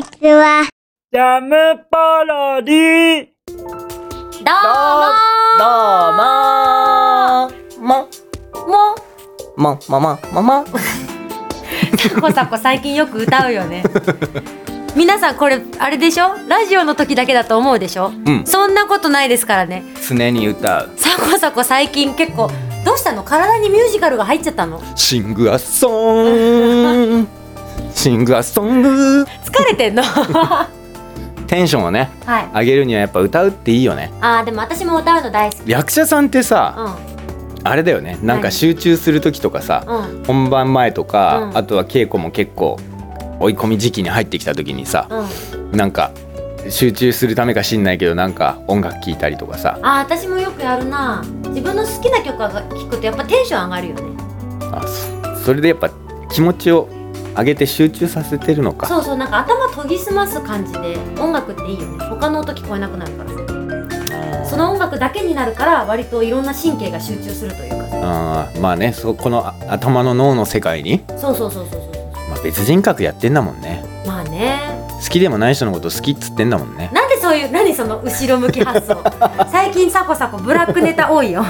ちは。 ジャムパロディ。 どうもサコサコ最近よく歌うよね皆さんこれあれでしょ、ラジオの時だけだと思うでしょ、そんなことないですからね。 常に歌う。 サコサコ最近結構どうしたの、体にミュージカルが入っちゃったの。 シングアソングシングアソング疲れてんのテンションをね、上げるにはやっぱ歌うっていいよね。 でも私も歌うの大好き。 役者さんってさ、あれだよね、なんか集中する時とかさ、本番前とか、あとは稽古も結構追い込み時期に入ってきた時にさ、なんか集中するためか知んないけどなんか音楽聴いたりとかさ。 私もよくやるな。自分の好きな曲が聴くとやっぱテンション上がるよね。 それでやっぱ気持ちを上げて集中させてるのか。 そうそう、なんか頭研ぎ澄ます感じで音楽っていいよね。他の音聞こえなくなるからさ、その音楽だけになるから割といろんな神経が集中するというかさ。 まあね、この頭の脳の世界にそう、 別人格やってんだもんね。 まあね、 好きでもない人のこと好きっつってんだもんね。 なんでそういう、何その後ろ向き発想最近サコサコブラックネタ多いよ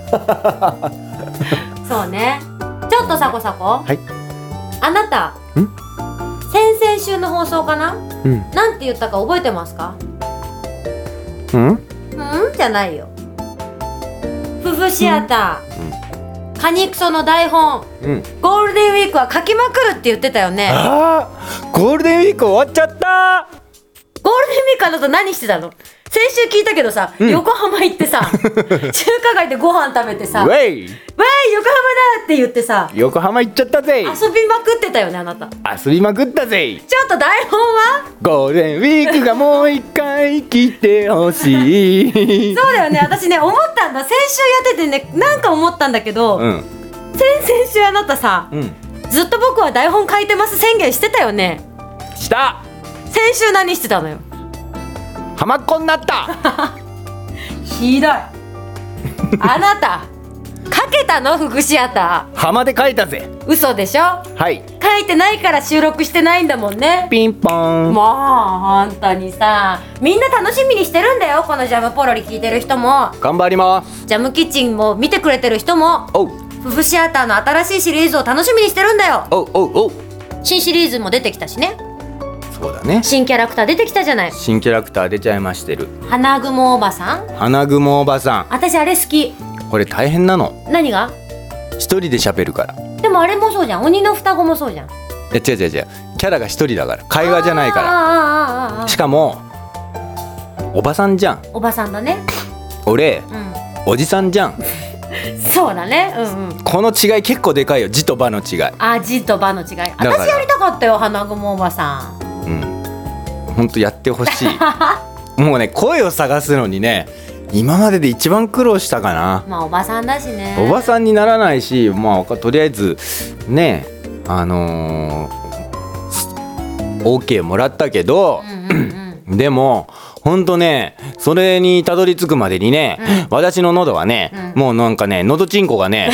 そうね。ちょっとサコサコ、あなた先々週の放送かな、なんて言ったか覚えてますか？じゃないよ。夫婦シアター、カニクソの台本、ゴールデンウィークは書きまくるって言ってたよね。 ゴールデンウィーク終わっちゃった。 ゴールデンウィークあなた何してたの？先週聞いたけどさ、横浜行ってさ中華街でご飯食べてさ、 ウェイ横浜だって言ってさ、 横浜行っちゃったぜ。 遊びまくってたよね、あなた。 遊びまくったぜ。 ちょっと台本は？ ゴールデンウィークがもう一回来てほしいそうだよね。私ね思ったんだ、先週やっててね、なんか思ったんだけど、先々週あなたさ、ずっと僕は台本書いてます宣言してたよね。 した。 先週何してたのよ？ 浜っ子になったひどいあなた書けたの？福シアター浜で書いたぜ。 嘘でしょ？ はい、 書いてないから収録してないんだもんね。 ピンポン。 もう本当にさ、みんな楽しみにしてるんだよ。このジャムポロリ聞いてる人も、 頑張ります。 ジャムキッチンも見てくれてる人も、夫婦シアターの新しいシリーズを楽しみにしてるんだよ。新シリーズも出てきたしね。 そうだね、 新キャラクター出てきたじゃない。 新キャラクター出ちゃいましてる。 花雲おばさん。 花雲おばさん、 私あれ好き。 これ大変なの。 何が？ 一人で喋るから。 でもあれもそうじゃん、鬼の双子もそうじゃん。 違う、キャラが一人だから、会話じゃないから。しかもおばさんじゃん。 おばさんだね。 俺、おじさんじゃんそうだね。 この違い結構でかいよ、字と場の違い。 字と場の違い。私やりたかったよ、花雲おばさん。 ほんとやってほしいもうね、声を探すのにね、今までで一番苦労したかな。 まあおばさんだしね。 おばさんにならないし、まあとりあえずね、OK もらったけど、でもほんとね、それにたどり着くまでにね、私の喉はね、もうなんかね、喉チンコがね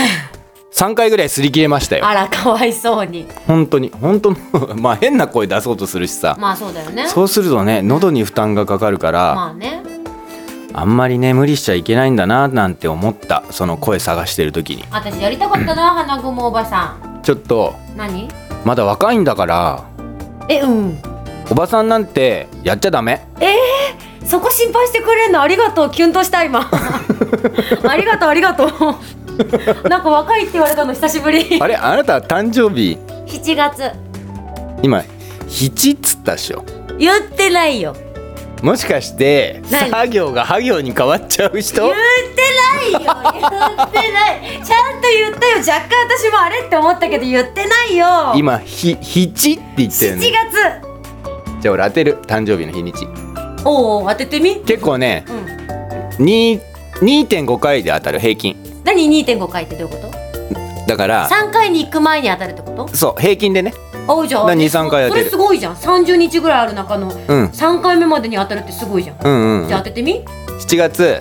3回ぐらい擦り切れましたよ。 あら、かわいそうに。 本当まあ変な声出そうとするしさ。 まあそうだよね。 そうするとね、喉に負担がかかるから、 まあね、 あんまりね無理しちゃいけないんだななんて思った。その声探してる時に。 私やりたかったな、花雲おばさん。 ちょっと何？ まだ若いんだから。おばさんなんてやっちゃダメ。 そこ心配してくれんのありがとう。キュンとした今ありがとうなんか若いって言われたの久しぶりあれ、あなた誕生日 7月。 今7っつったっしょ。 言ってないよ。 もしかして作業がは行に変わっちゃう人？ 言ってないよ。言ってない。ちゃんと言ったよ。若干私もあれって思ったけど言ってないよ。 今7って言ったよね。 7月。 じゃあ俺当てる、誕生日の日にち。 おお、当ててみ。 結構ね、2.5 回で当たる、平均。 何 2.5 回ってどういうこと？ だから 3回に行く前に当たるってこと？ そう、平均でね。 じゃあ 2,3 回当てる。 それすごいじゃん。30日ぐらいある中の3回目までに当たるってすごいじゃん。じゃあ当ててみ。 7月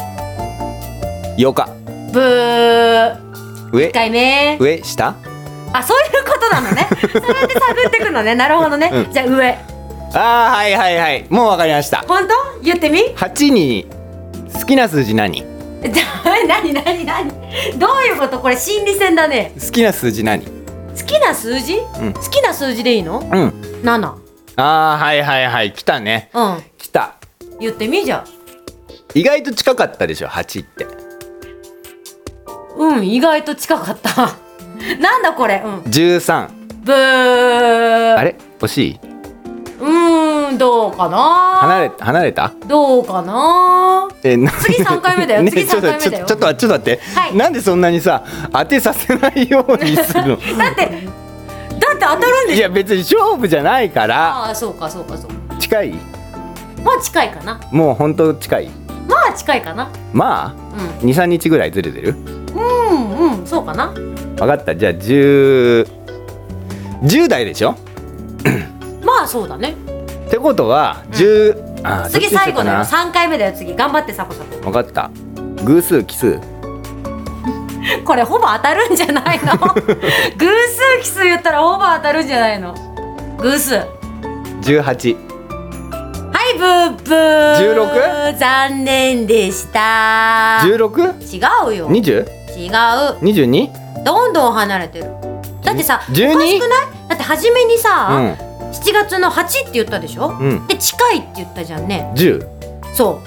8日。 ブー。 上 1回目。 上下あ、そういうことなのね。そうやって探っていくのね。なるほどね、 うん、 じゃあ上。 はいはいはい、もうわかりました。 本当？言ってみ。 8に好きな数字何？ 何どういうこと？これ心理戦だね。 好きな数字何？ 好きな数字、うん、好きな数字でいいの？ うん、 7。 はいはいはい、来たね。 うん、 来た。 言ってみ。じゃあ意外と近かったでしょ、8って。 うん、意外と近かったなんだこれ、うん、 13。 ブー。 あれ惜しい？ どうかな。 離れた？ どうかな。次3回目だよ、 ね、 次3回目だよ。 ちょっと待って、はい、なんでそんなにさ当てさせないようにするのだって当たるんでしょ。 いや別に勝負じゃないから。 ああ、そうか。 近い？ まあ近いかな。 もう本当近い。 まあ近いかな。 まあ、2、3日ぐらいずれてる？ そうかな。 分かった。じゃあ10代でしょまあそうだね。 ってことは10、 次最後だよ。3回目だよ。次頑張って。サコサコ。 分かった。偶数奇数これほぼ当たるんじゃないの偶数奇数言ったらほぼ当たるんじゃないの。偶数 18。 はい、ブーブー。16？残念でした。 16？ 違うよ。 20？違う。 22？ どんどん離れてる。だってさ、おかしくない？だって初めにさ、7月の8って言ったでしょ、で近いって言ったじゃんね。 10。 そう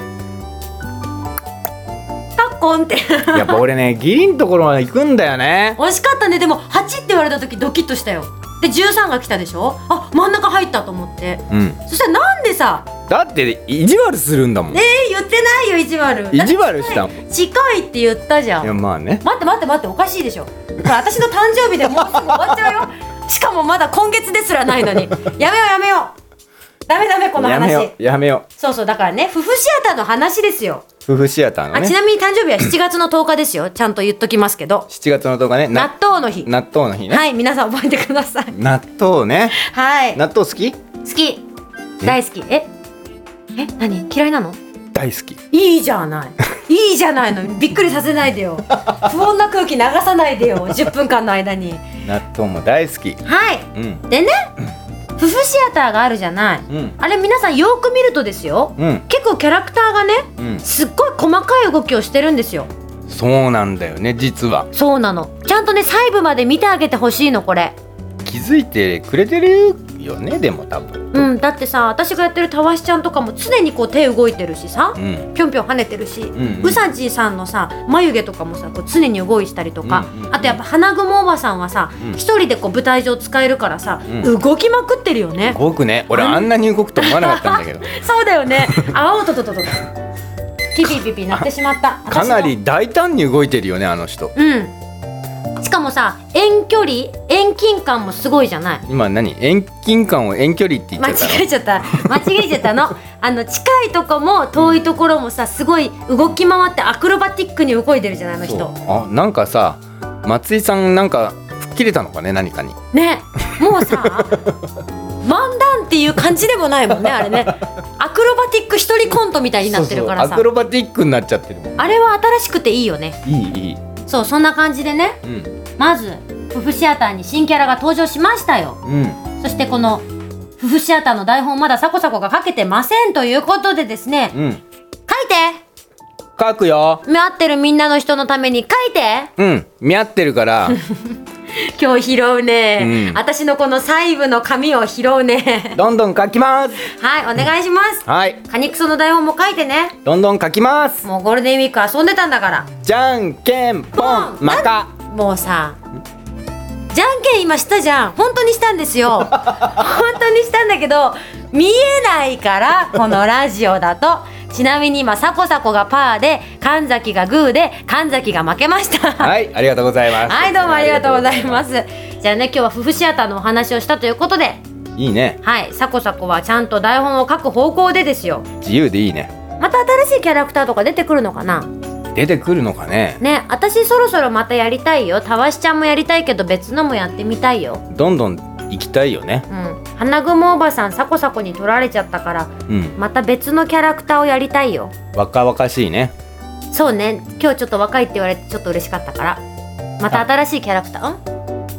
タッコンってやっぱ俺ねギリんところまで行くんだよね。 惜しかったね。でも8って言われた時ドキッとしたよ。で13が来たでしょ。あ、真ん中入ったと思って、そしたらなんでさ、 だって意地悪するんだもん。 言ってないよ意地悪。 意地悪したもん。 近いって言ったじゃん。 いやまあね。 待っておかしいでしょ。これ私の誕生日でもうすぐ終わっちゃうよしかもまだ今月ですらないのにやめようダメこの話やめよう。 そうだからね、夫婦シアターの話ですよ。 夫婦シアターのね。 ちなみに誕生日は7月の10日ですよ。ちゃんと言っときますけど。 7月の10日ね。 納豆の日ね。はい、皆さん覚えてください。 納豆ね。 はい。 納豆好き？ 好き。大好き。何？嫌いなの？ 大好き。 いいじゃないの。びっくりさせないでよ不穏な空気流さないでよ10分間の間に。 納豆も大好き。 はい、でね、夫婦シアターがあるじゃない、あれ皆さんよく見るとですよ、結構キャラクターがね、すっごい細かい動きをしてるんですよ。 そうなんだよね、実は。 そうなの。ちゃんとね細部まで見てあげてほしいの。これ気づいてくれてるよね。でも多分だってさ、私がやってるたわしちゃんとかも常にこう手動いてるしさ、ぴょんぴょん跳ねてるし、うさじさんのさ眉毛とかもさこう常に動いたりとか、あとやっぱ花雲おばさんはさ一人でこう舞台上使えるからさ、動きまくってるよね。 動くね。俺あんなに動くと思わなかったんだけどそうだよね。あおとピピピピなってしまった。 かなり大胆に動いてるよね、あの人。 しかもさ、遠近感もすごいじゃない。 今遠近感を遠距離って言っちゃったの。 間違えちゃったの近いとこも遠いところもさすごい動き回ってアクロバティックに動いてるじゃない、あの人。 なんかさ、松井さんなんか吹っ切れたのかね、何かにね。もうさ漫談っていう感じでもないもんね、あれね。アクロバティック一人コントみたいになってるからさ。 アクロバティックになっちゃってるもん。 あれは新しくていいよね。 いい。 そう、そんな感じでね、まず夫婦シアターに新キャラが登場しましたよ。そしてこの夫婦シアターの台本まだサコサコが書けてませんということでですね、書いて。 書くよ。 見合ってるみんなの人のために書いて。 見合ってるから今日拾うね、私のこの細部の紙を拾うね。 どんどん書きます。 はい、お願いします。 はい。 カニクソの台本も書いてね。 どんどん書きます。 もうゴールデンウィーク遊んでたんだから。 じゃんけんぽんまか。 もうさ、じゃんけん今したじゃん。本当にしたんですよ本当にしたんだけど見えないから、このラジオだと。ちなみに今サコサコがパーで神崎がグーで神崎が負けましたはい、ありがとうございます。 はい、どうもありがとうございます。じゃあね、今日は夫婦シアターのお話をしたということで、 いいね。 はい、サコサコはちゃんと台本を書く方向でですよ。 自由でいいね。 また新しいキャラクターとか出てくるのかな。 出てくるのかね。 ね、私そろそろまたやりたいよ。たわしちゃんもやりたいけど別のもやってみたいよ。 どんどん行きたいよね。 花雲おばさんサコサコに取られちゃったから、また別のキャラクターをやりたいよ。 若々しいね。 そうね、今日ちょっと若いって言われてちょっと嬉しかったから、また新しいキャラクター。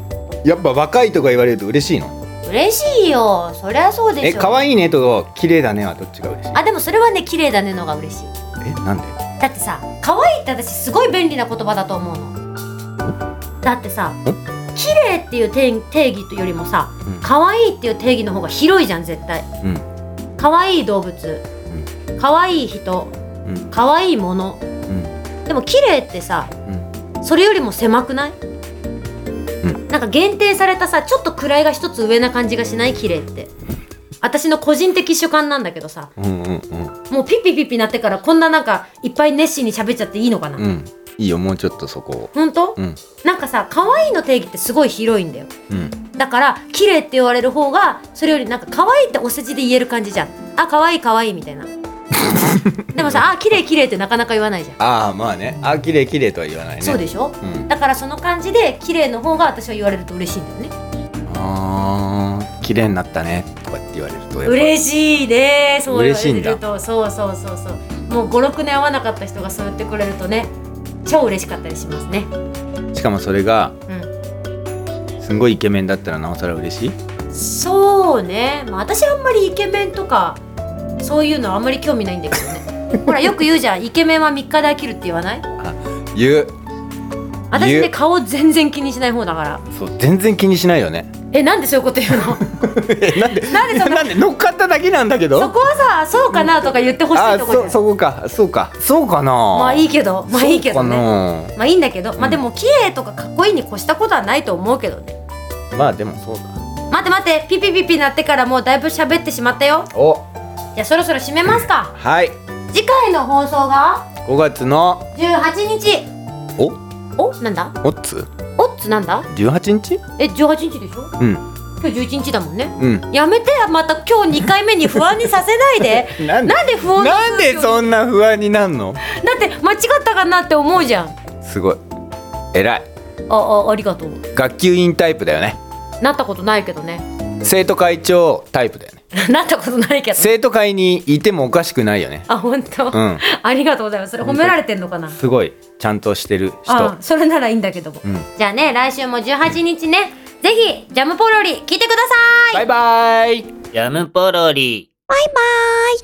やっぱ若いとか言われると嬉しいの？ 嬉しいよ、そりゃそうでしょ。 可愛いねと綺麗だねはどっちが嬉しい？ あ、でもそれはね、綺麗だねのが嬉しい。 なんで？ だってさ、可愛いって私すごい便利な言葉だと思うの。だってさ、綺麗っていう定義よりもさ、可愛いっていう定義の方が広いじゃん絶対。可愛い動物、可愛い人、可愛いもの。でも綺麗ってさ、それよりも狭くない？なんか限定されたさ、ちょっと位が一つ上な感じがしない？綺麗って。私の個人的主観なんだけどさ、もうピッピピッピなってからこんななんかいっぱい熱心に喋っちゃっていいのかな？ いいよ、もうちょっとそこを。 本当？なんかさ、可愛いの定義ってすごい広いんだよ。だから綺麗って言われる方がそれよりなんか可愛いってお世辞で言える感じじゃん。あ、可愛い可愛いみたいな。でもさ、あ、綺麗綺麗ってなかなか言わないじゃん。 ああ、まあね、あ、綺麗綺麗とは言わないね。 そうでしょ、だからその感じで綺麗の方が私は言われると嬉しいんだよね。 綺麗になったねとかって言われると嬉しいね。そう言われると、 そうもう5、6年会わなかった人がそう言ってくれるとね、超嬉しかったりしますね。 しかもそれが、すんごいイケメンだったらなおさら嬉しい。 そうね、私あんまりイケメンとかそういうのあんまり興味ないんだけどね。ほらよく言うじゃん、イケメンは3日で飽きるって言わない？ 言う。 私ね、顔全然気にしない方だから。 そう、全然気にしないよね。 なんでそういうこと言うの？ なんで乗っかっただけなんだけど。 そこはさ、そうかなとか言ってほしいところ。 そうかな。 まあいいけどね。まあいいんだけど、まあでも綺麗とかかっこいいに越したことはないと思うけどね。 まあでもそうだ。 待ってピピピピなってからもうだいぶ喋ってしまったよ。じゃあそろそろ締めますか。 はい。 次回の放送が 5月の 18日。なんだ？オッツなんだ ？18日 ？18日でしょ？今日11日だもんね。やめて、また今日2回目に不安にさせないで。なんで不安？ なんでそんな不安になんの？ だって間違ったかなって思うじゃん。 すごい偉い。 ありがとう。 学級委員タイプだよね。 なったことないけどね。 生徒会長タイプだよね。 なったことないけど。 生徒会にいてもおかしくないよね。 本当。ありがとうございます。それ褒められてんのかな。 すごいちゃんとしてる人。 それならいいんだけども。じゃあね、来週も18日ね、ぜひジャムポロリ聞いてください。 バイバイ。 ジャムポロリ。 バイバイ。